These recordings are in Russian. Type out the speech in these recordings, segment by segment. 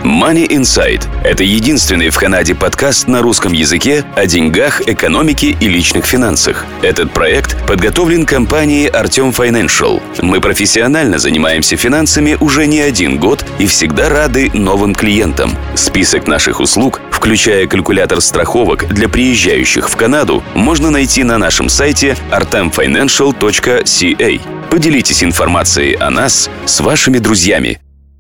Money Insight – это единственный в Канаде подкаст на русском языке о деньгах, экономике и личных финансах. Этот проект подготовлен компанией Artyom Financial. Мы профессионально занимаемся финансами уже не один год и всегда рады новым клиентам. Список наших услуг, включая калькулятор страховок для приезжающих в Канаду, можно найти на нашем сайте artemfinancial.ca. Поделитесь информацией о нас с вашими друзьями.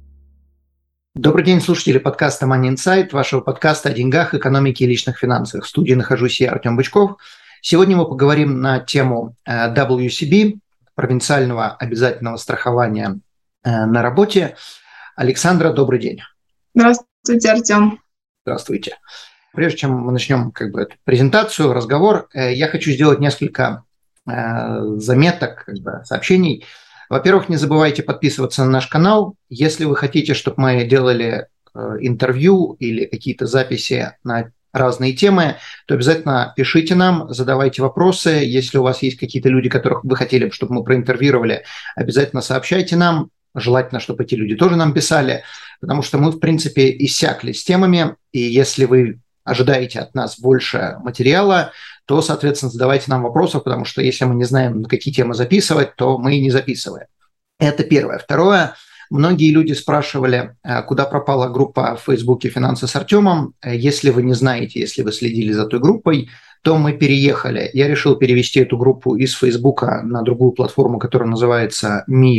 Добрый день, слушатели подкаста Money Insight, вашего подкаста о деньгах, экономике и личных финансах. В студии нахожусь я, Артем Бычков. Сегодня мы поговорим на тему WCB, провинциального обязательного страхования на работе. Александра, добрый день. Здравствуйте, Артем. Здравствуйте. Прежде чем мы начнем эту презентацию, разговор, я хочу сделать несколько заметок, сообщений. Во-первых, не забывайте подписываться на наш канал. Если вы хотите, чтобы мы делали интервью или какие-то записи на разные темы, то обязательно пишите нам, задавайте вопросы. Если у вас есть какие-то люди, которых вы хотели, чтобы мы проинтервьюировали, обязательно сообщайте нам. Желательно, чтобы эти люди тоже нам писали, потому что мы, в принципе, иссякли с темами. И если вы ожидаете от нас больше материала, то, соответственно, задавайте нам вопросов, потому что если мы не знаем, на какие темы записывать, то мы и не записываем. Это первое. Второе. Многие люди спрашивали, куда пропала группа в Фейсбуке «Финансы с Артемом». Если вы не знаете, если вы следили за той группой, то мы переехали. Я решил перевести эту группу из Фейсбука на другую платформу, которая называется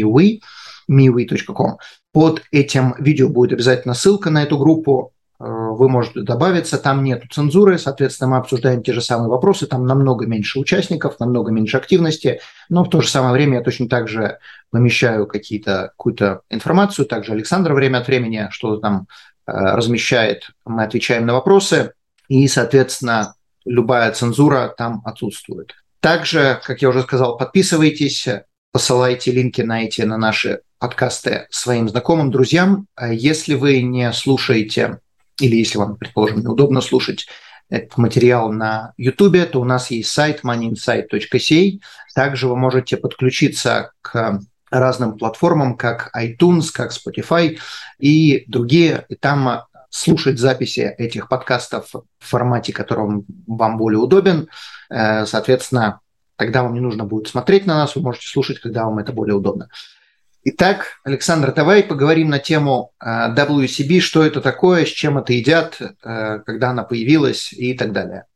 MeWe.com. Под этим видео будет обязательно ссылка на эту группу. Вы можете добавиться, там нет цензуры, соответственно, мы обсуждаем те же самые вопросы, там намного меньше участников, намного меньше активности, но в то же самое время я точно так же помещаю какую-то информацию, также Александра время от времени что-то там размещает, мы отвечаем на вопросы, и, соответственно, любая цензура там отсутствует. Также, как я уже сказал, подписывайтесь, посылайте линки на наши подкасты своим знакомым, друзьям. Если вы не слушаете или если вам, предположим, неудобно слушать этот материал на YouTube, то у нас есть сайт moneyinsight.ca. Также вы можете подключиться к разным платформам, как iTunes, как Spotify и другие, и там слушать записи этих подкастов в формате, который вам более удобен. Соответственно, тогда вам не нужно будет смотреть на нас, вы можете слушать, когда вам это более удобно. Итак, Александр, давай поговорим на тему WCB, что это такое, с чем это едят, когда она появилась и так далее.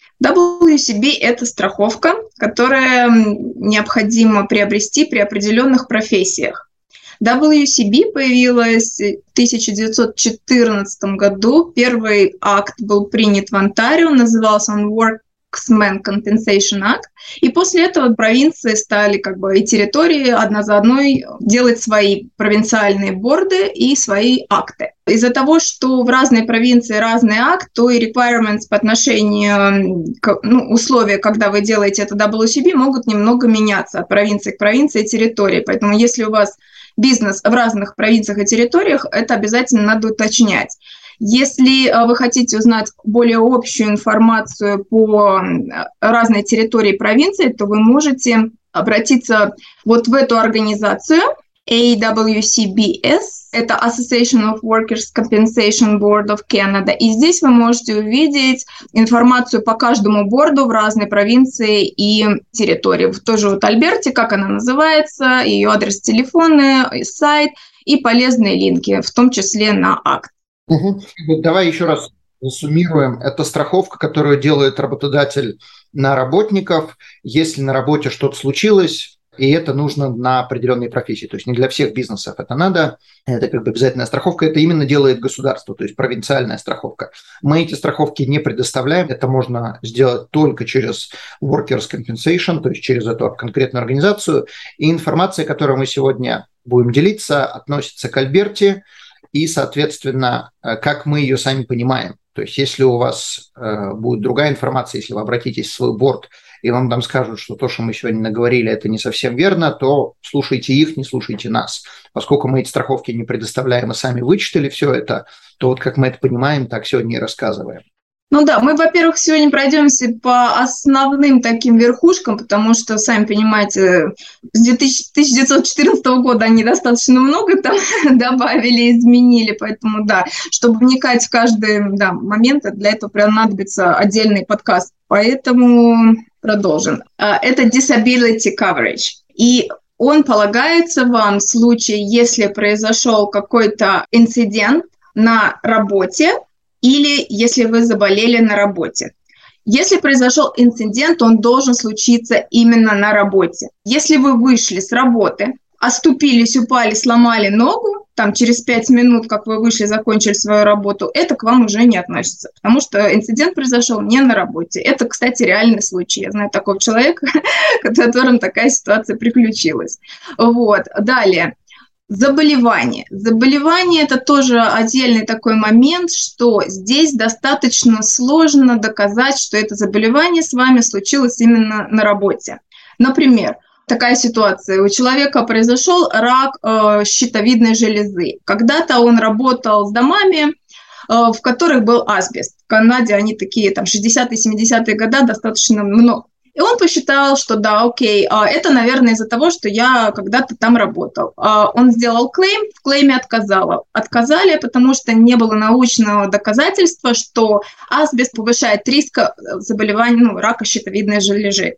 WCB – это страховка, которая необходимо приобрести при определенных профессиях. WCB появилась в 1914 году. Первый акт был принят в Онтарио, назывался он Workmen's Compensation Act. И после этого провинции стали и территории одна за одной делать свои провинциальные борды и свои акты. Из-за того, что в разной провинции разный акт, то и requirements по отношению условия, когда вы делаете это WCB, могут немного меняться от провинции к провинции и территории. Поэтому если у вас бизнес в разных провинциях и территориях, это обязательно надо уточнять. Если вы хотите узнать более общую информацию по разной территории провинции, то вы можете обратиться в эту организацию AWCBS, это Association of Workers' Compensation Board of Canada, и здесь вы можете увидеть информацию по каждому борду в разной провинции и территории. Тоже Альберте, как она называется, ее адрес телефона, сайт и полезные линки, в том числе на акт. Давай еще раз суммируем. Это страховка, которую делает работодатель на работников, если на работе что-то случилось, и это нужно на определенные профессии. То есть не для всех бизнесов это надо. Это обязательная страховка. Это именно делает государство, то есть провинциальная страховка. Мы эти страховки не предоставляем. Это можно сделать только через Workers' Compensation, то есть через эту конкретную организацию. И информация, которой мы сегодня будем делиться, относится к Альберте, и, соответственно, как мы ее сами понимаем. То есть если у вас будет другая информация, если вы обратитесь в свой борд, и вам там скажут, что то, что мы сегодня наговорили, это не совсем верно, то слушайте их, не слушайте нас. Поскольку мы эти страховки не предоставляем и сами вычитали все это, то как мы это понимаем, так сегодня и рассказываем. Ну да, мы, во-первых, сегодня пройдемся по основным таким верхушкам, потому что, сами понимаете, с 1914 года они достаточно много там добавили, изменили, поэтому да, чтобы вникать в каждый момент, для этого понадобится отдельный подкаст. Поэтому продолжим. Это disability coverage. И он полагается вам в случае, если произошел какой-то инцидент на работе, или если вы заболели на работе. Если произошел инцидент, он должен случиться именно на работе. Если вы вышли с работы, оступились, упали, сломали ногу, там через 5 минут, как вы вышли, закончили свою работу, это к вам уже не относится, потому что инцидент произошел не на работе. Это, кстати, реальный случай. Я знаю такого человека, с которым такая ситуация приключилась. Вот. Далее. Заболевание. Заболевание – это тоже отдельный такой момент, что здесь достаточно сложно доказать, что это заболевание с вами случилось именно на работе. Например, такая ситуация. У человека произошел рак щитовидной железы. Когда-то он работал с домами, в которых был асбест. В Канаде они такие, там, 60-е, 70-е годы достаточно много. И он посчитал, что да, окей, это, наверное, из-за того, что я когда-то там работал. Он сделал клейм, в клейме отказали, потому что не было научного доказательства, что асбест повышает риск заболевания, рака щитовидной железы.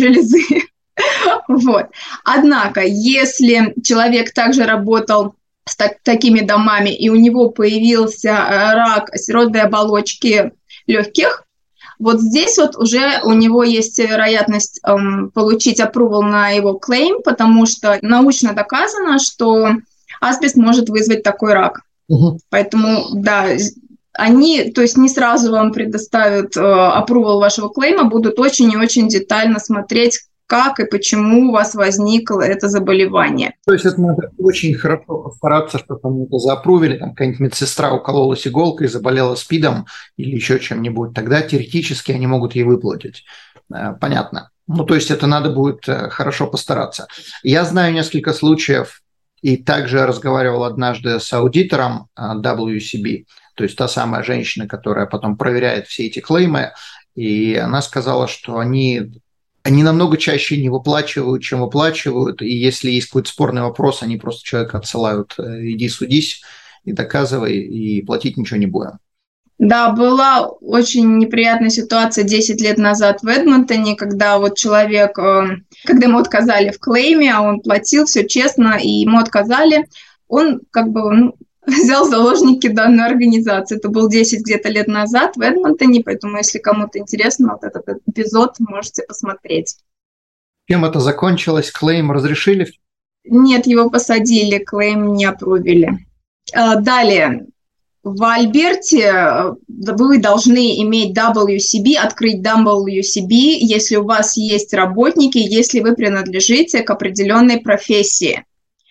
Вот. Однако, если человек также работал с такими домами, и у него появился рак сиротной оболочки легких, вот здесь вот уже у него есть вероятность получить approval на его клейм, потому что научно доказано, что асбест может вызвать такой рак. Поэтому, да, они, то есть не сразу вам предоставят approval вашего клейма, будут очень и очень детально смотреть, как и почему у вас возникло это заболевание. То есть это надо очень хорошо постараться, чтобы они это заапрувили, там какая-нибудь медсестра укололась иголкой, заболела СПИДом или еще чем-нибудь, тогда теоретически они могут ей выплатить. Понятно. То есть это надо будет хорошо постараться. Я знаю несколько случаев, и также разговаривал однажды с аудитором WCB, то есть та самая женщина, которая потом проверяет все эти клеймы, и она сказала, что они намного чаще не выплачивают, чем выплачивают, и если есть какой-то спорный вопрос, они просто человека отсылают: иди судись и доказывай, и платить ничего не будем. Да, была очень неприятная ситуация 10 лет назад в Эдмонтоне, когда вот человек, когда ему отказали в клейме, а он платил все честно, и ему отказали, он взял в заложники данную организацию. Это был 10 где-то лет назад в Эдмонтоне, поэтому, если кому-то интересно, вот этот эпизод можете посмотреть. Чем это закончилось? Клейм разрешили? Нет, его посадили, клейм не апрувили. Далее. В Альберте вы должны иметь WCB, открыть WCB, если у вас есть работники, если вы принадлежите к определенной профессии.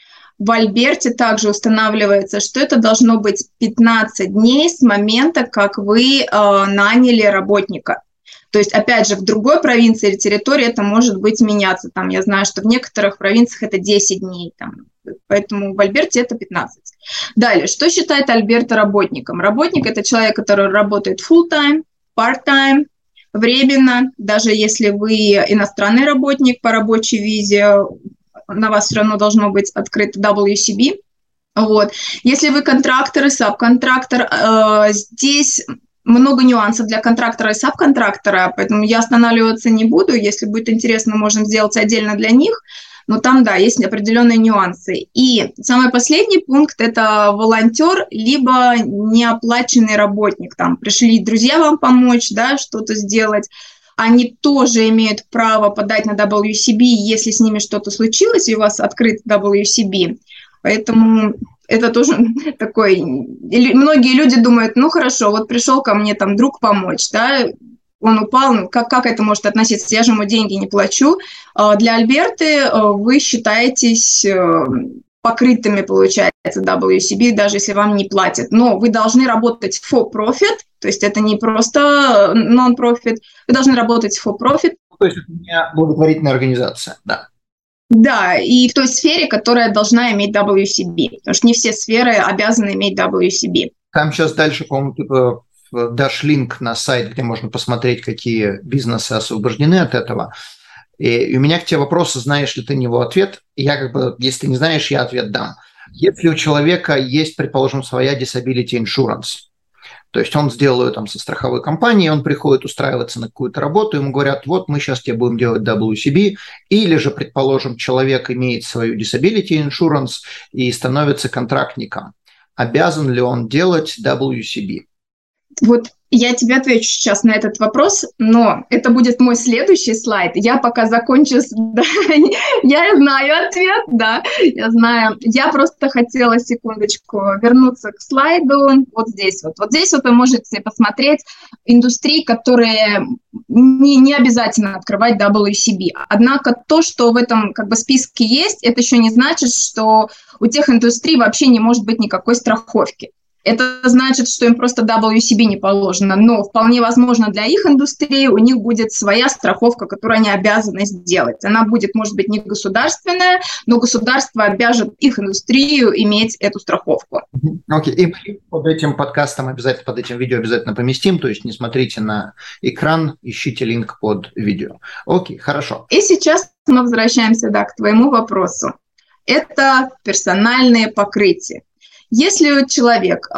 В Альберте также устанавливается, что это должно быть 15 дней с момента, как вы наняли работника. То есть, опять же, в другой провинции или территории это может быть меняться. Там, я знаю, что в некоторых провинциях это 10 дней, поэтому в Альберте это 15. Далее, что считает Альберта работником? Работник – это человек, который работает full-time, part-time, временно. Даже если вы иностранный работник по рабочей визе, на вас все равно должно быть открыто WCB. Вот. Если вы контрактор и сабконтрактор, здесь много нюансов для контрактора и сабконтрактора, поэтому я останавливаться не буду. Если будет интересно, можем сделать отдельно для них. Но там, да, есть определенные нюансы. И самый последний пункт – это волонтер, либо неоплаченный работник. Там пришли друзья вам помочь, да, что-то сделать. Они тоже имеют право подать на WCB, если с ними что-то случилось, и у вас открыт WCB. Поэтому это тоже такой... Многие люди думают, хорошо, вот пришел ко мне там друг помочь, да, он упал, как это может относиться? Я же ему деньги не плачу. Для Альберты вы считаетесь покрытыми, получается, WCB, даже если вам не платят. Но вы должны работать for profit, то есть это не просто non-profit, вы должны работать for profit. То есть это не благотворительная организация, да. Да, и в той сфере, которая должна иметь WCB, потому что не все сферы обязаны иметь WCB. Там сейчас дальше, по-моему, дашь линк на сайт, где можно посмотреть, какие бизнесы освобождены от этого. И у меня к тебе вопрос, знаешь ли ты на него ответ? Я если ты не знаешь, я ответ дам. Если у человека есть, предположим, своя disability insurance, то есть он сделал ее там со страховой компанией, он приходит устраиваться на какую-то работу, ему говорят, вот мы сейчас тебе будем делать WCB, или же, предположим, человек имеет свою disability insurance и становится контрактником. Обязан ли он делать WCB? Вот я тебе отвечу сейчас на этот вопрос, но это будет мой следующий слайд. Я пока закончу. Да, я знаю ответ, да, я знаю. Я просто хотела секундочку вернуться к слайду. Вот здесь вот. Вот здесь вот вы можете посмотреть индустрии, которые не обязательно открывать WCB. Однако то, что в этом списке есть, это еще не значит, что у тех индустрий вообще не может быть никакой страховки. Это значит, что им просто WCB не положено, но вполне возможно для их индустрии у них будет своя страховка, которую они обязаны сделать. Она будет, может быть, не государственная, но государство обяжет их индустрию иметь эту страховку. Окей, и под этим подкастом обязательно, под этим видео обязательно поместим, то есть не смотрите на экран, ищите линк под видео. Окей, хорошо. И сейчас мы возвращаемся, к твоему вопросу. Это персональные покрытия. Если человек,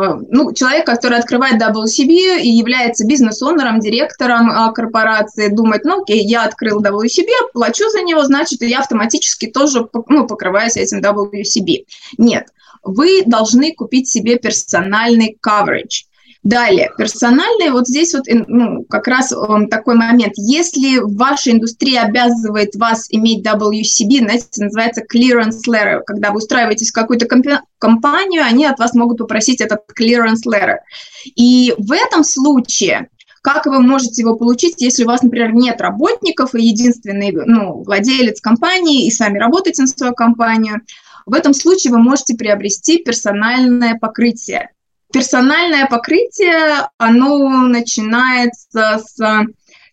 который открывает WCB и является бизнес-онером, директором корпорации, думает, окей, я открыл WCB, плачу за него, значит, я автоматически тоже покрываюсь этим WCB. Нет, вы должны купить себе персональный coverage. Далее, персональный, вот здесь вот как раз такой момент. Если ваша индустрия обязывает вас иметь WCB, знаете, называется clearance letter, когда вы устраиваетесь в какую-то компанию, они от вас могут попросить этот clearance letter. И в этом случае, как вы можете его получить, если у вас, например, нет работников и единственный владелец компании, и сами работаете на свою компанию, в этом случае вы можете приобрести персональное покрытие. Персональное покрытие, оно начинается в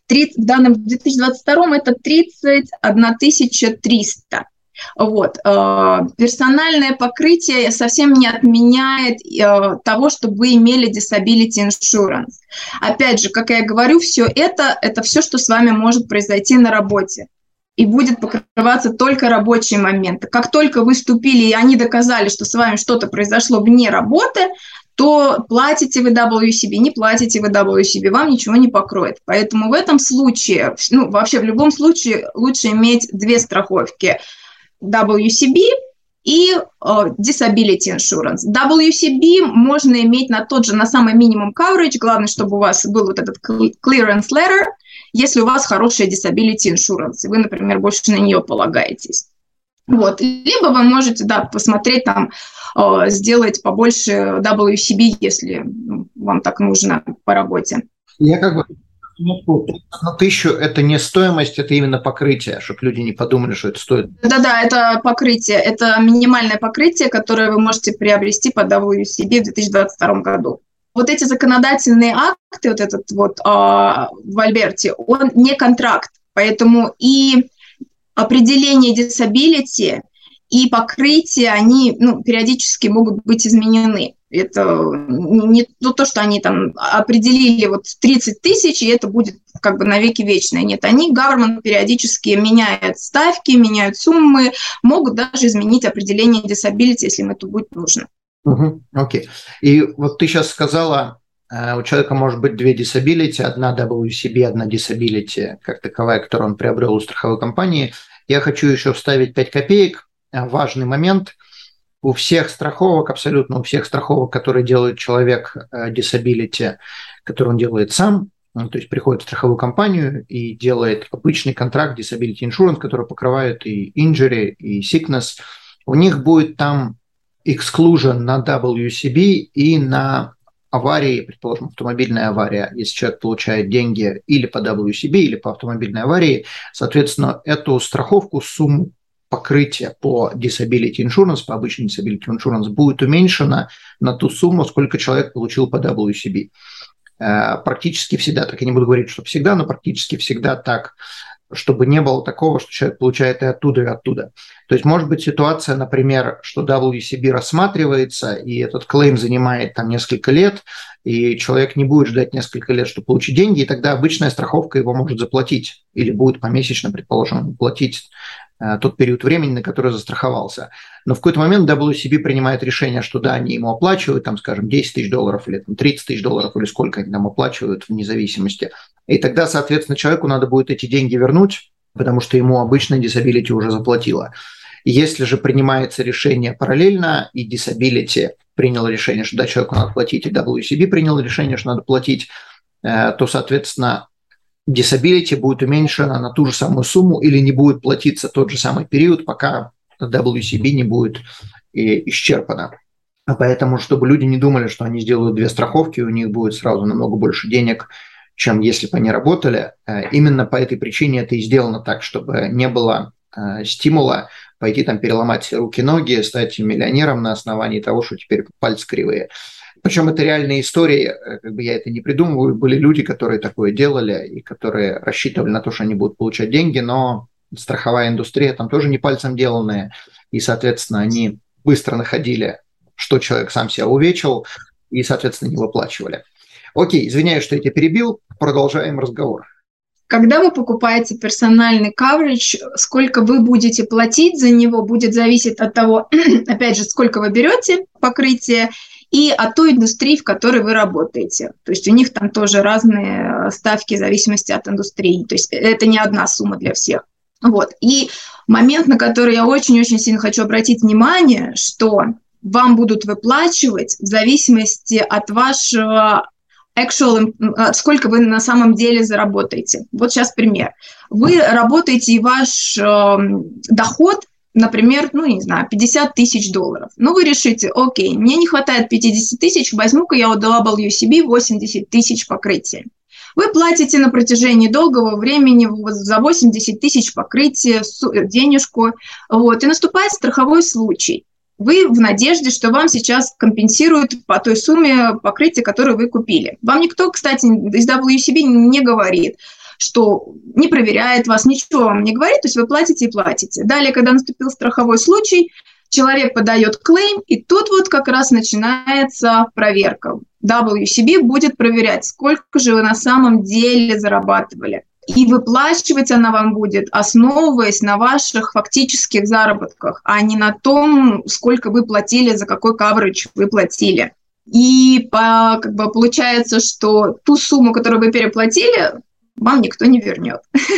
2022 это 31 300. Вот. Персональное покрытие совсем не отменяет того, чтобы вы имели disability insurance. Опять же, как я говорю, все это все, что с вами может произойти на работе. И будет покрываться только рабочие моменты. Как только вы вступили, и они доказали, что с вами что-то произошло вне работы, то платите вы WCB, не платите вы WCB, вам ничего не покроет. Поэтому в этом случае, вообще в любом случае лучше иметь две страховки. WCB и Disability Insurance. WCB можно иметь на самый минимум coverage, главное, чтобы у вас был вот этот clearance letter, если у вас хорошая Disability Insurance, и вы, например, больше на нее полагаетесь. Вот. Либо вы можете, посмотреть сделать побольше WCB, если вам так нужно по работе. Я 1000 – это не стоимость, это именно покрытие, чтобы люди не подумали, что это стоит. Да, это покрытие, это минимальное покрытие, которое вы можете приобрести по WCB в 2022 году. Вот эти законодательные акты, вот этот в Альберте, он не контракт, поэтому и определение disability и покрытие, они периодически могут быть изменены. Это не то, что они определили 30 тысяч, и это будет навеки вечное. Нет, government периодически меняет ставки, меняют суммы, могут даже изменить определение disability, если им это будет нужно. Окей. И вот ты сейчас сказала, у человека может быть две disability, одна WCB, одна disability, как таковая, которую он приобрел у страховой компании. Я хочу еще вставить 5 копеек. Важный момент. У всех страховок, абсолютно у всех страховок, которые делает человек disability, который он делает сам, то есть приходит в страховую компанию и делает обычный контракт disability insurance, который покрывает и injury, и sickness, у них будет там exclusion на WCB и на аварии, предположим, автомобильная авария. Если человек получает деньги или по WCB, или по автомобильной аварии, соответственно, эту страховку, сумму покрытия по disability insurance, по обычной disability insurance, будет уменьшена на ту сумму, сколько человек получил по WCB. Практически всегда, так я не буду говорить, что всегда, но практически всегда так чтобы не было такого, что человек получает и оттуда. То есть может быть ситуация, например, что WCB рассматривается, и этот клейм занимает там несколько лет, и человек не будет ждать несколько лет, чтобы получить деньги, и тогда обычная страховка его может заплатить, или будет помесячно, предположим, платить тот период времени, на который застраховался. Но в какой-то момент WCB принимает решение, что да, они ему оплачивают, там, скажем, $10 тысяч или там, $30 тысяч, или сколько они там оплачивают вне зависимости. И тогда, соответственно, человеку надо будет эти деньги вернуть, потому что ему обычная disability уже заплатила. Если же принимается решение параллельно, и disability принял решение, что да, человеку надо платить, и WCB принял решение, что надо платить, то, соответственно, disability будет уменьшена на ту же самую сумму или не будет платиться тот же самый период, пока WCB не будет исчерпана. А поэтому, чтобы люди не думали, что они сделают две страховки, у них будет сразу намного больше денег, чем если бы они работали. Именно по этой причине это и сделано так, чтобы не было стимула пойти там переломать руки-ноги, стать миллионером на основании того, что теперь пальцы кривые. Причем это реальные истории, как бы я это не придумываю, были люди, которые такое делали и которые рассчитывали на то, что они будут получать деньги, но страховая индустрия там тоже не пальцем деланная, и, соответственно, они быстро находили, что человек сам себя увечил, и, соответственно, не выплачивали. Окей, извиняюсь, что я тебя перебил, продолжаем разговор. Когда вы покупаете персональный coverage, сколько вы будете платить за него, будет зависеть от того, опять же, сколько вы берете покрытие, и от той индустрии, в которой вы работаете. То есть у них там тоже разные ставки в зависимости от индустрии. То есть это не одна сумма для всех. Вот. И момент, на который я очень-очень сильно хочу обратить внимание, что вам будут выплачивать в зависимости от вашего сколько вы на самом деле заработаете. Вот сейчас пример. Вы работаете, и ваш доход, например, $50 тысяч. Вы решите, окей, мне не хватает 50 тысяч, возьму-ка я у WCB 80 тысяч покрытия. Вы платите на протяжении долгого времени за 80 тысяч покрытия денежку, и наступает страховой случай. Вы в надежде, что вам сейчас компенсируют по той сумме покрытия, которую вы купили. Вам никто, кстати, из WCB не говорит, что не проверяет вас, ничего вам не говорит, то есть вы платите и платите. Далее, когда наступил страховой случай, человек подает клейм, и тут вот как раз начинается проверка. WCB будет проверять, сколько же вы на самом деле зарабатывали. И выплачивать она вам будет, основываясь на ваших фактических заработках, а не на том, сколько вы платили, за какой coverage вы платили. И получается, что ту сумму, которую вы переплатили, вам никто не вернет.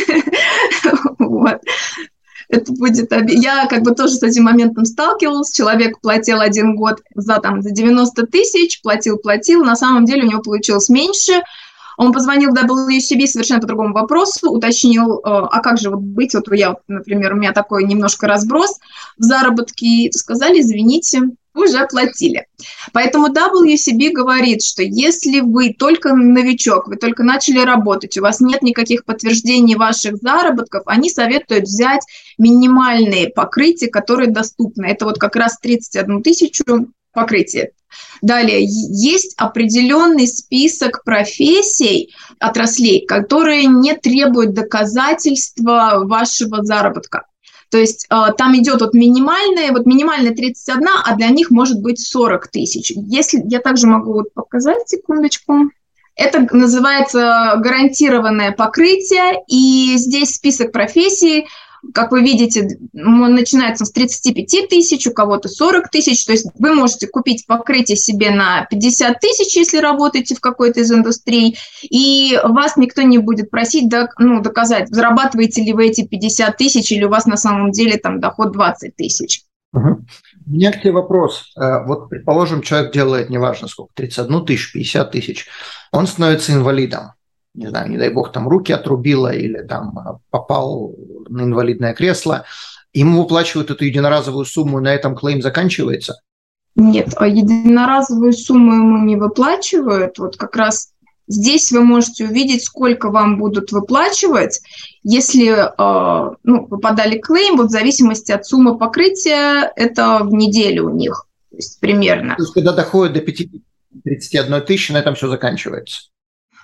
Это будет... Я тоже с этим моментом сталкивалась. Человек платил 1 год за 90 тысяч, платил. На самом деле у него получилось меньше. Он позвонил в WCB совершенно по другому вопросу, уточнил, а как же быть, например, у меня такой немножко разброс в заработке, и сказали, извините, вы уже оплатили. Поэтому WCB говорит, что если вы только новичок, вы только начали работать, у вас нет никаких подтверждений ваших заработков, они советуют взять минимальные покрытия, которые доступны. Это как раз 31 тысячу покрытия. Далее, есть определенный список профессий, отраслей, которые не требуют доказательства вашего заработка. То есть там идет минимальная 31, а для них может быть 40 тысяч. Если я также могу показать, секундочку. Это называется гарантированное покрытие, и здесь список профессий. Как вы видите, начинается с 35 тысяч, у кого-то 40 тысяч. То есть вы можете купить покрытие себе на 50 тысяч, если работаете в какой-то из индустрий, и вас никто не будет просить доказать, зарабатываете ли вы эти 50 тысяч, или у вас на самом деле там доход 20 тысяч. Угу. У меня к тебе вопрос. Вот, предположим, человек делает, неважно сколько, 31 тысячу, 50 тысяч, он становится инвалидом. Не знаю, не дай бог, там руки отрубило или там попал на инвалидное кресло, ему выплачивают эту единоразовую сумму, и на этом клейм заканчивается? Нет, единоразовую сумму ему не выплачивают. Вот как раз здесь вы можете увидеть, сколько вам будут выплачивать, если вы подали клейм, в зависимости от суммы покрытия, это в неделю у них, то есть примерно. То есть когда доходит до 31 тысячи, на этом все заканчивается?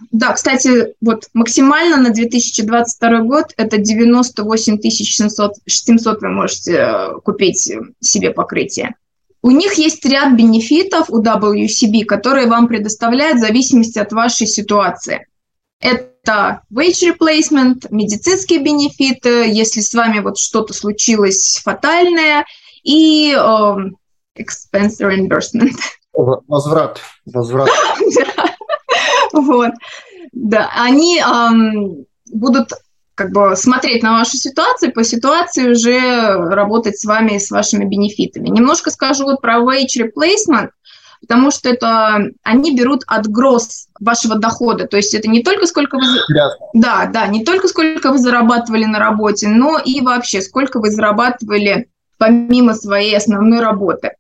Да, кстати, вот максимально на 2022 год это 98 700 вы можете купить себе покрытие. У них есть ряд бенефитов у WCB, которые вам предоставляют в зависимости от вашей ситуации. Это wage replacement, медицинские бенефиты, если с вами вот что-то случилось фатальное, и expense reimbursement. Возврат. Вот. Да, они будут как бы смотреть на вашу ситуацию, по ситуации уже работать с вами и с вашими бенефитами. Немножко скажу вот про wage replacement, потому что это они берут от gross вашего дохода, то есть это не только сколько вы... Да, не только сколько вы зарабатывали на работе, но и вообще сколько вы зарабатывали помимо своей основной работы.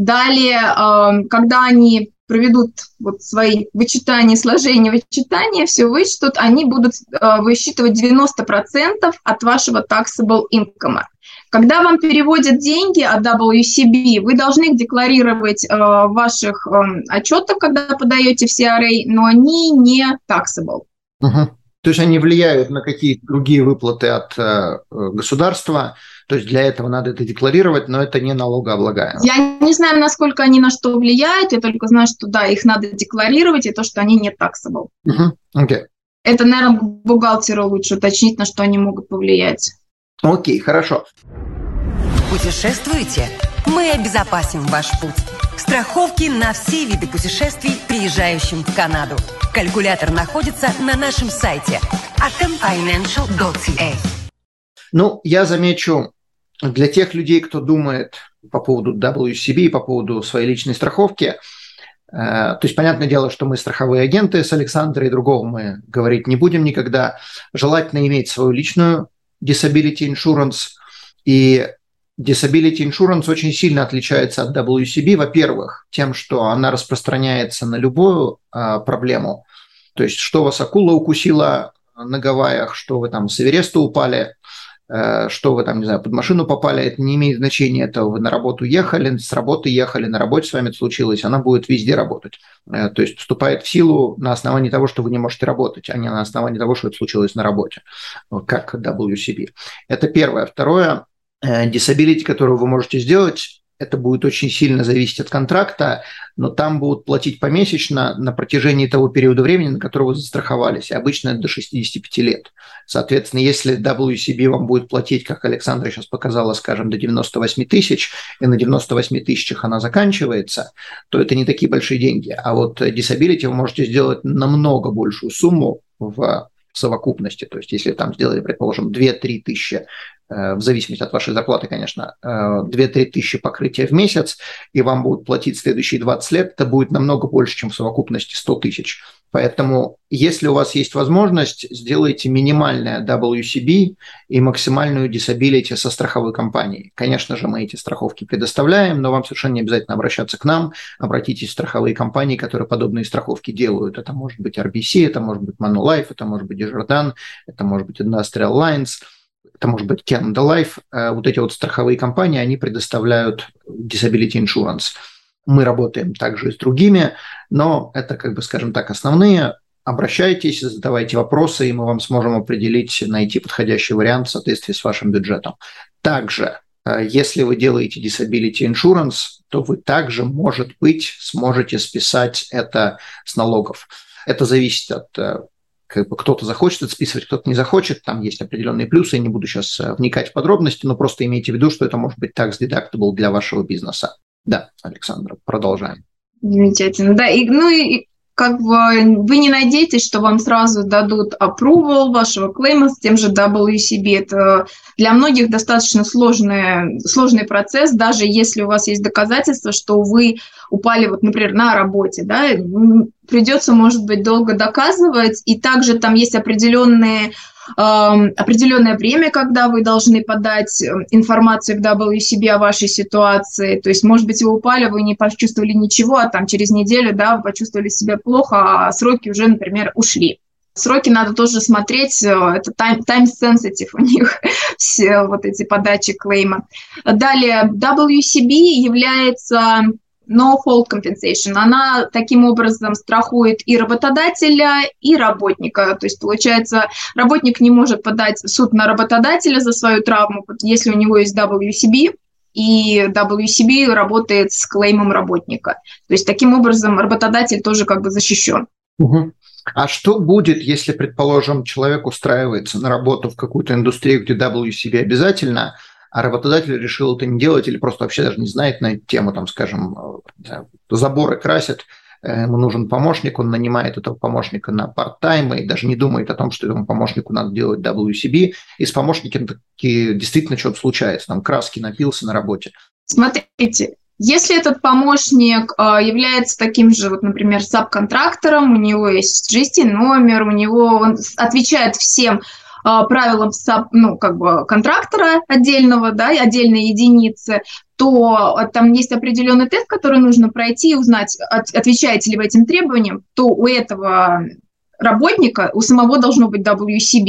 Далее, когда они проведут вот свои вычитания, сложения, вычитания, все вычтут, они будут высчитывать 90% от вашего taxable income. Когда вам переводят деньги от WCB, вы должны их декларировать в ваших отчетах, когда подаете в CRA, но они не taxable. Угу. То есть они влияют на какие-то другие выплаты от государства, то есть для этого надо это декларировать, но это не налогооблагаемо. Я не знаю, насколько они на что влияют, я только знаю, что да, их надо декларировать, и то, что они не taxable. Okay. Это, наверное, бухгалтеру лучше уточнить, на что они могут повлиять. Окей, хорошо. Путешествуете? Мы обезопасим ваш путь. Страховки на все виды путешествий, приезжающим в Канаду. Калькулятор находится на нашем сайте artemfinancial.ca. Ну, я замечу, для тех людей, кто думает по поводу WCB, по поводу своей личной страховки, то есть, понятное дело, что мы страховые агенты с Александрой, и другого мы говорить не будем никогда. Желательно иметь свою личную disability insurance, и disability insurance очень сильно отличается от WCB, во-первых, тем, что она распространяется на любую проблему, то есть, что вас акула укусила на Гавайях, что вы там с Эвереста упали, что вы там, не знаю, под машину попали, это не имеет значения, это вы на работу ехали, с работы ехали, на работе с вами это случилось, она будет везде работать. То есть вступает в силу на основании того, что вы не можете работать, а не на основании того, что это случилось на работе, как WCB. Это первое. Второе, disability, которую вы можете сделать, это будет очень сильно зависеть от контракта, но там будут платить помесячно на протяжении того периода времени, на который вы застраховались. И обычно это до 65 лет. Соответственно, если WCB вам будет платить, как Александра сейчас показала, скажем, до 98 тысяч, и на 98 тысячах она заканчивается, то это не такие большие деньги. А вот disability вы можете сделать намного большую сумму в совокупности. То есть, если там сделали, предположим, 2-3 тысячи, в зависимости от вашей зарплаты, конечно, 2-3 тысячи покрытия в месяц, и вам будут платить следующие 20 лет, это будет намного больше, чем в совокупности 100 тысяч. Поэтому, если у вас есть возможность, сделайте минимальное WCB и максимальную disability со страховой компанией. Конечно же, мы эти страховки предоставляем, но вам совершенно не обязательно обращаться к нам. Обратитесь в страховые компании, которые подобные страховки делают. Это может быть RBC, это может быть Manulife, это может быть Desjardins, это может быть Industrial Alliance, это может быть Canada Life. Вот эти вот страховые компании, они предоставляют disability insurance. Мы работаем также и с другими, но это, как бы, скажем так, основные. Обращайтесь, задавайте вопросы, и мы вам сможем определить, найти подходящий вариант в соответствии с вашим бюджетом. Также, если вы делаете disability insurance, то вы также, может быть, сможете списать это с налогов. Это зависит от... Как бы кто-то захочет это списывать, кто-то не захочет, там есть определенные плюсы, я не буду сейчас вникать в подробности, но просто имейте в виду, что это может быть tax deductible для вашего бизнеса. Да, Александра, продолжаем. Замечательно. Да, и как бы вы не надеетесь, что вам сразу дадут approval вашего клейма с тем же WCB. Это для многих достаточно сложный процесс, даже если у вас есть доказательства, что вы упали, вот, например, на работе, да, придется, может быть, долго доказывать, и также там есть определенное время, когда вы должны подать информацию к WCB о вашей ситуации. То есть, может быть, вы упали, вы не почувствовали ничего, а там через неделю, да, вы почувствовали себя плохо, а сроки уже, например, ушли. Сроки надо тоже смотреть, это time-sensitive у них, все вот эти подачи клейма. Далее, WCB является no-fault compensation. Она таким образом страхует и работодателя, и работника. То есть, получается, работник не может подать в суд на работодателя за свою травму, если у него есть WCB, и WCB работает с клеймом работника. То есть, таким образом, работодатель тоже как бы защищен. Угу. А что будет, если, предположим, человек устраивается на работу в какую-то индустрию, где WCB обязательно, а работодатель решил это не делать или просто вообще даже не знает на эту тему, там, скажем, заборы красят, ему нужен помощник, он нанимает этого помощника на парт-тайм и даже не думает о том, что этому помощнику надо делать WCB, и с помощником таки действительно что-то случается, там краски напился на работе. Смотрите, если этот помощник является таким же, вот, например, сабконтрактором, у него есть GST-номер, он отвечает всем правилам контрактора отдельного, да, и отдельной единицы, то там есть определенный тест, который нужно пройти и узнать, отвечаете ли вы этим требованиям, то у этого работника, у самого должно быть WCB.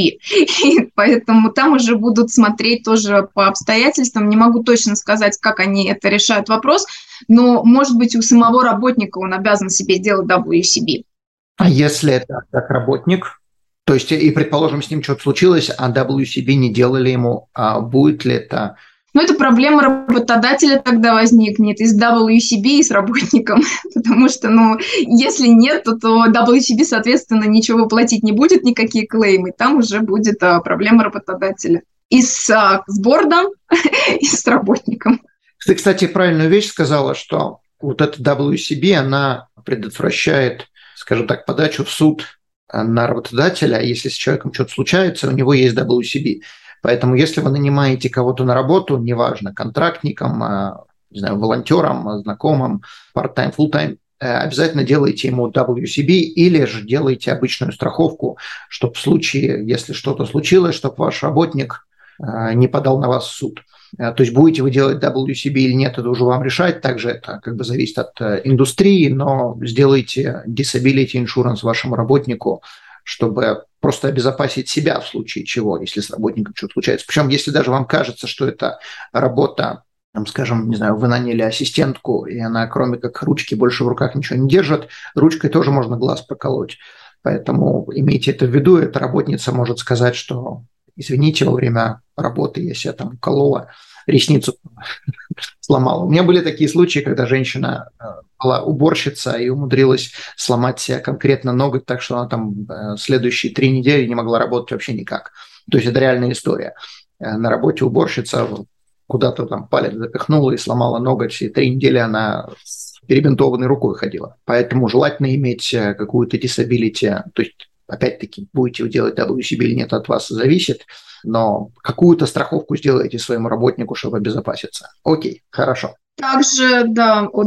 И поэтому там уже будут смотреть тоже по обстоятельствам. Не могу точно сказать, как они это решают вопрос, но, может быть, у самого работника он обязан себе сделать WCB. А если это как работник? То есть, и, предположим, с ним что-то случилось, а WCB не делали ему, а будет ли это... Это проблема работодателя тогда возникнет и с WCB, и с работником, потому что, если нет, то WCB, соответственно, ничего платить не будет, никакие клеймы, там уже будет проблема работодателя. И с бордом, и с работником. Ты, кстати, правильную вещь сказала, что вот эта WCB, она предотвращает, скажем так, подачу в суд на работодателя, если с человеком что-то случается, у него есть WCB. Поэтому если вы нанимаете кого-то на работу, неважно, контрактником, не знаю, волонтером, знакомым, part-time, full-time, обязательно делайте ему WCB или же делайте обычную страховку, чтобы в случае, если что-то случилось, чтобы ваш работник не подал на вас в суд. То есть будете вы делать WCB или нет, это уже вам решать. Также это как бы зависит от индустрии, но сделайте disability insurance вашему работнику, чтобы просто обезопасить себя в случае чего, если с работником что-то случается. Причем, если даже вам кажется, что это работа, там, скажем, не знаю, вы наняли ассистентку, и она, кроме как ручки, больше в руках ничего не держит, ручкой тоже можно глаз проколоть. Поэтому имейте это в виду, эта работница может сказать, что извините, во время работы я себя там уколола, ресницу сломала. У меня были такие случаи, когда женщина была уборщица и умудрилась сломать себе конкретно ноготь, так что она там следующие 3 недели не могла работать вообще никак. То есть это реальная история. На работе уборщица куда-то там палец запихнула и сломала ноготь, и 3 недели она с перебинтованной рукой ходила. Поэтому желательно иметь какую-то disability, то есть опять-таки, будете вы делать WCB или нет, от вас зависит, но какую-то страховку сделайте своему работнику, чтобы обезопаситься. Окей, хорошо. Также, да, у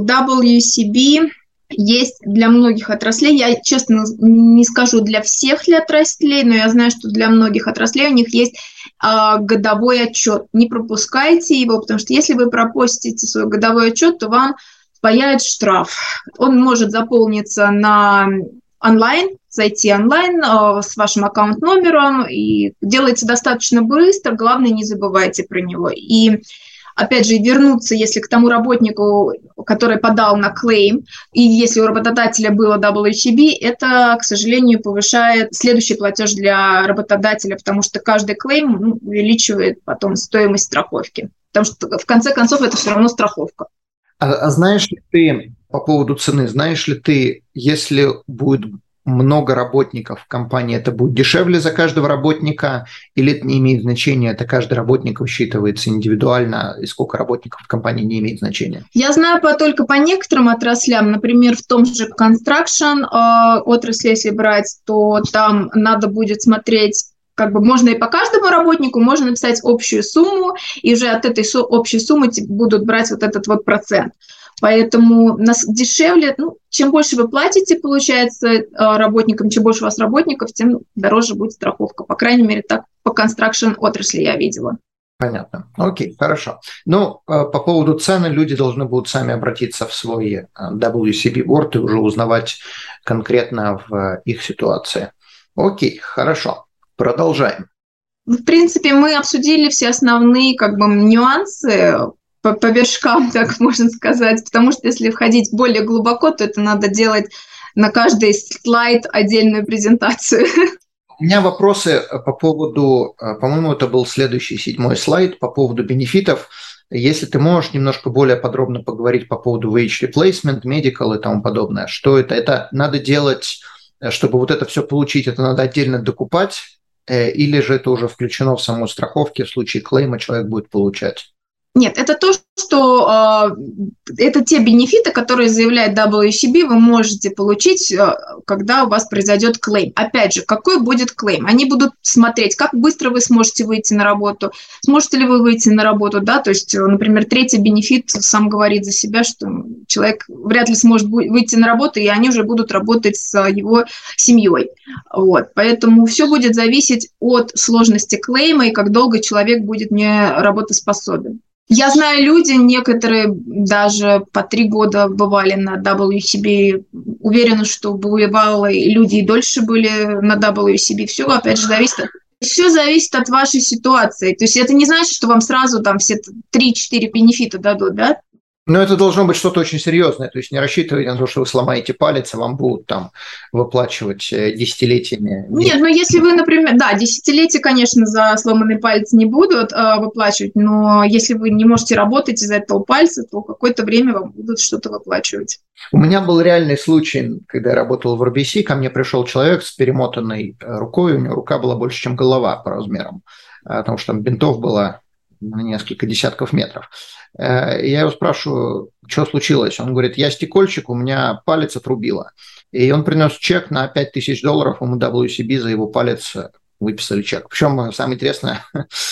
WCB есть для многих отраслей, я, честно, не скажу для всех ли отраслей, но я знаю, что для многих отраслей у них есть годовой отчет. Не пропускайте его, потому что если вы пропустите свой годовой отчет, то вам появится штраф. Он может заполниться на онлайн, зайти онлайн с вашим аккаунт-номером, и делается достаточно быстро, главное, не забывайте про него. И, опять же, вернуться, если к тому работнику, который подал на клейм, и если у работодателя было WCB, это, к сожалению, повышает следующий платеж для работодателя, потому что каждый клейм увеличивает потом стоимость страховки. Потому что, в конце концов, это все равно страховка. А знаешь ли ты, по поводу цены, знаешь ли ты, если будет много работников в компании, это будет дешевле за каждого работника, или это не имеет значения, это каждый работник высчитывается индивидуально, и сколько работников в компании не имеет значения? Я знаю только по некоторым отраслям, например, в том же construction отрасли, если брать, то там надо будет смотреть, как бы можно и по каждому работнику, можно написать общую сумму, и уже от этой общей суммы будут брать вот этот вот процент. Поэтому нас дешевле, чем больше вы платите, получается, работникам, чем больше у вас работников, тем дороже будет страховка. По крайней мере, так по construction отрасли я видела. Понятно. Окей, хорошо. По поводу цены люди должны будут сами обратиться в свой WCB Board и уже узнавать конкретно в их ситуации. Окей, хорошо. Продолжаем. В принципе, мы обсудили все основные нюансы по вершкам, так можно сказать, потому что если входить более глубоко, то это надо делать на каждый слайд отдельную презентацию. У меня вопросы по поводу, по-моему, это был следующий 7-й слайд, по поводу бенефитов. Если ты можешь немножко более подробно поговорить по поводу wage replacement, medical и тому подобное. Что это? Это надо делать, чтобы вот это все получить, это надо отдельно докупать, или же это уже включено в саму страховку, в случае клейма человек будет получать? Нет, это то, что это те бенефиты, которые заявляет WCB, вы можете получить, когда у вас произойдет клейм. Опять же, какой будет клейм? Они будут смотреть, как быстро вы сможете выйти на работу, сможете ли вы выйти на работу, да, то есть, например, третий бенефит сам говорит за себя, что человек вряд ли сможет выйти на работу, и они уже будут работать с его семьей. Вот. Поэтому все будет зависеть от сложности клейма и как долго человек будет не работоспособен. Я знаю, люди, некоторые даже по 3 года бывали на WCB. Уверена, что бывало, и люди и дольше были на WCB. Все, опять же, все зависит от вашей ситуации. То есть это не значит, что вам сразу там все 3-4 бенефита дадут, да? Но это должно быть что-то очень серьезное, то есть не рассчитывайте на то, что вы сломаете палец, а вам будут там выплачивать десятилетиями. Нет, ну если вы, например, да, десятилетия, конечно, за сломанный палец не будут выплачивать, но если вы не можете работать из-за этого пальца, то какое-то время вам будут что-то выплачивать. У меня был реальный случай, когда я работал в RBC, ко мне пришел человек с перемотанной рукой, у него рука была больше, чем голова по размерам, потому что там бинтов было на несколько десятков метров. Я его спрашиваю, что случилось? Он говорит, я стекольщик, у меня палец отрубило. И он принес чек на $5000, ему WCB за его палец выписали чек. Причем самое интересное,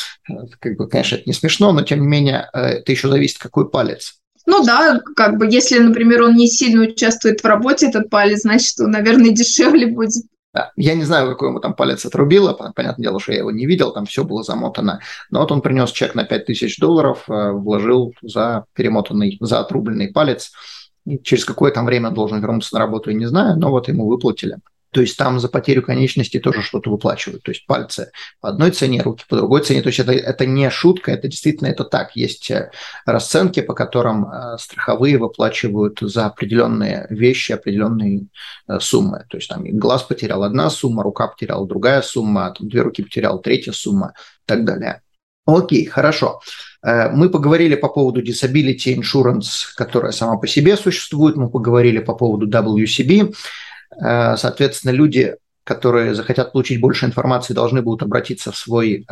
конечно, это не смешно, но тем не менее, это еще зависит, какой палец. Ну да, если, например, он не сильно участвует в работе, этот палец, значит, он, наверное, дешевле будет. Да. Я не знаю, какой ему там палец отрубило, понятное дело, что я его не видел, там все было замотано. Но вот он принес чек на $5000, вложил за отрубленный палец. И через какое там время он должен вернуться на работу, я не знаю, но вот ему выплатили. То есть там за потерю конечности тоже что-то выплачивают. То есть пальцы по одной цене, руки по другой цене. То есть это не шутка, это действительно это так. Есть расценки, по которым страховые выплачивают за определенные вещи определенные суммы. То есть там глаз потерял одна сумма, рука потеряла другая сумма, там 2 руки потерял третья сумма и так далее. Окей, хорошо. Мы поговорили по поводу disability insurance, которая сама по себе существует. Мы поговорили по поводу WCB. Соответственно, люди, которые захотят получить больше информации, должны будут обратиться в свой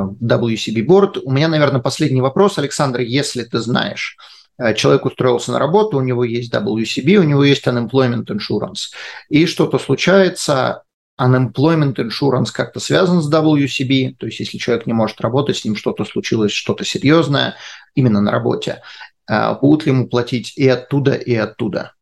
WCB Board. У меня, наверное, последний вопрос, Александр. Если ты знаешь, человек устроился на работу, у него есть WCB, у него есть unemployment insurance, и что-то случается, unemployment insurance как-то связан с WCB, то есть если человек не может работать, с ним что-то случилось, что-то серьезное именно на работе, будут ли ему платить и оттуда, и оттуда?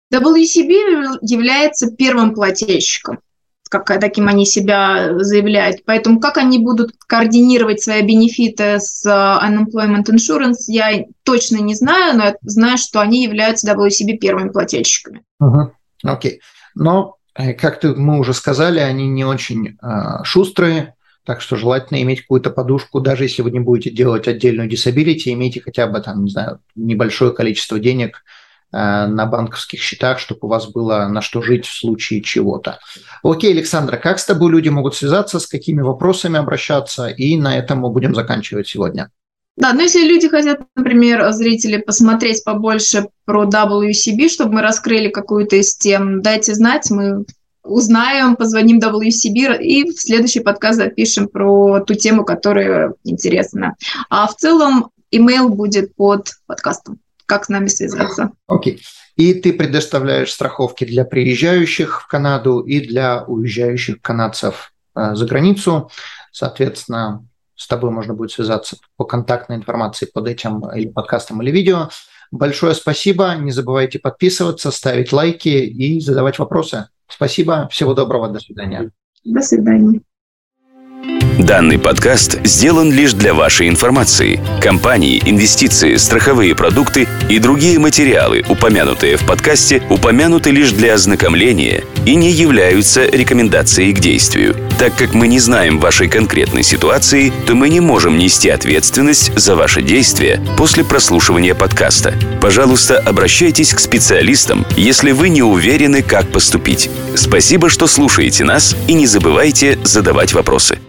WCB является первым плательщиком, таким они себя заявляют. Поэтому как они будут координировать свои бенефиты с Unemployment Insurance, я точно не знаю, но я знаю, что они являются WCB первыми плательщиками. Окей. Но, как мы уже сказали, они не очень шустрые, так что желательно иметь какую-то подушку, даже если вы не будете делать отдельную disability, имейте хотя бы там, не знаю, небольшое количество денег на банковских счетах, чтобы у вас было на что жить в случае чего-то. Окей, Александра, как с тобой люди могут связаться, с какими вопросами обращаться? И на этом мы будем заканчивать сегодня. Да, но если люди хотят, например, зрители, посмотреть побольше про WCB, чтобы мы раскрыли какую-то из тем, дайте знать, мы узнаем, позвоним WCB и в следующий подкаст запишем про ту тему, которая интересна. А в целом имейл будет под подкастом. Как с нами связаться. Окей. И ты предоставляешь страховки для приезжающих в Канаду и для уезжающих канадцев за границу. Соответственно, с тобой можно будет связаться по контактной информации под этим или подкастом, или видео. Большое спасибо. Не забывайте подписываться, ставить лайки и задавать вопросы. Спасибо. Всего доброго. До свидания. До свидания. Данный подкаст сделан лишь для вашей информации. Компании, инвестиции, страховые продукты и другие материалы, упомянутые в подкасте, упомянуты лишь для ознакомления и не являются рекомендацией к действию. Так как мы не знаем вашей конкретной ситуации, то мы не можем нести ответственность за ваши действия после прослушивания подкаста. Пожалуйста, обращайтесь к специалистам, если вы не уверены, как поступить. Спасибо, что слушаете нас, и не забывайте задавать вопросы.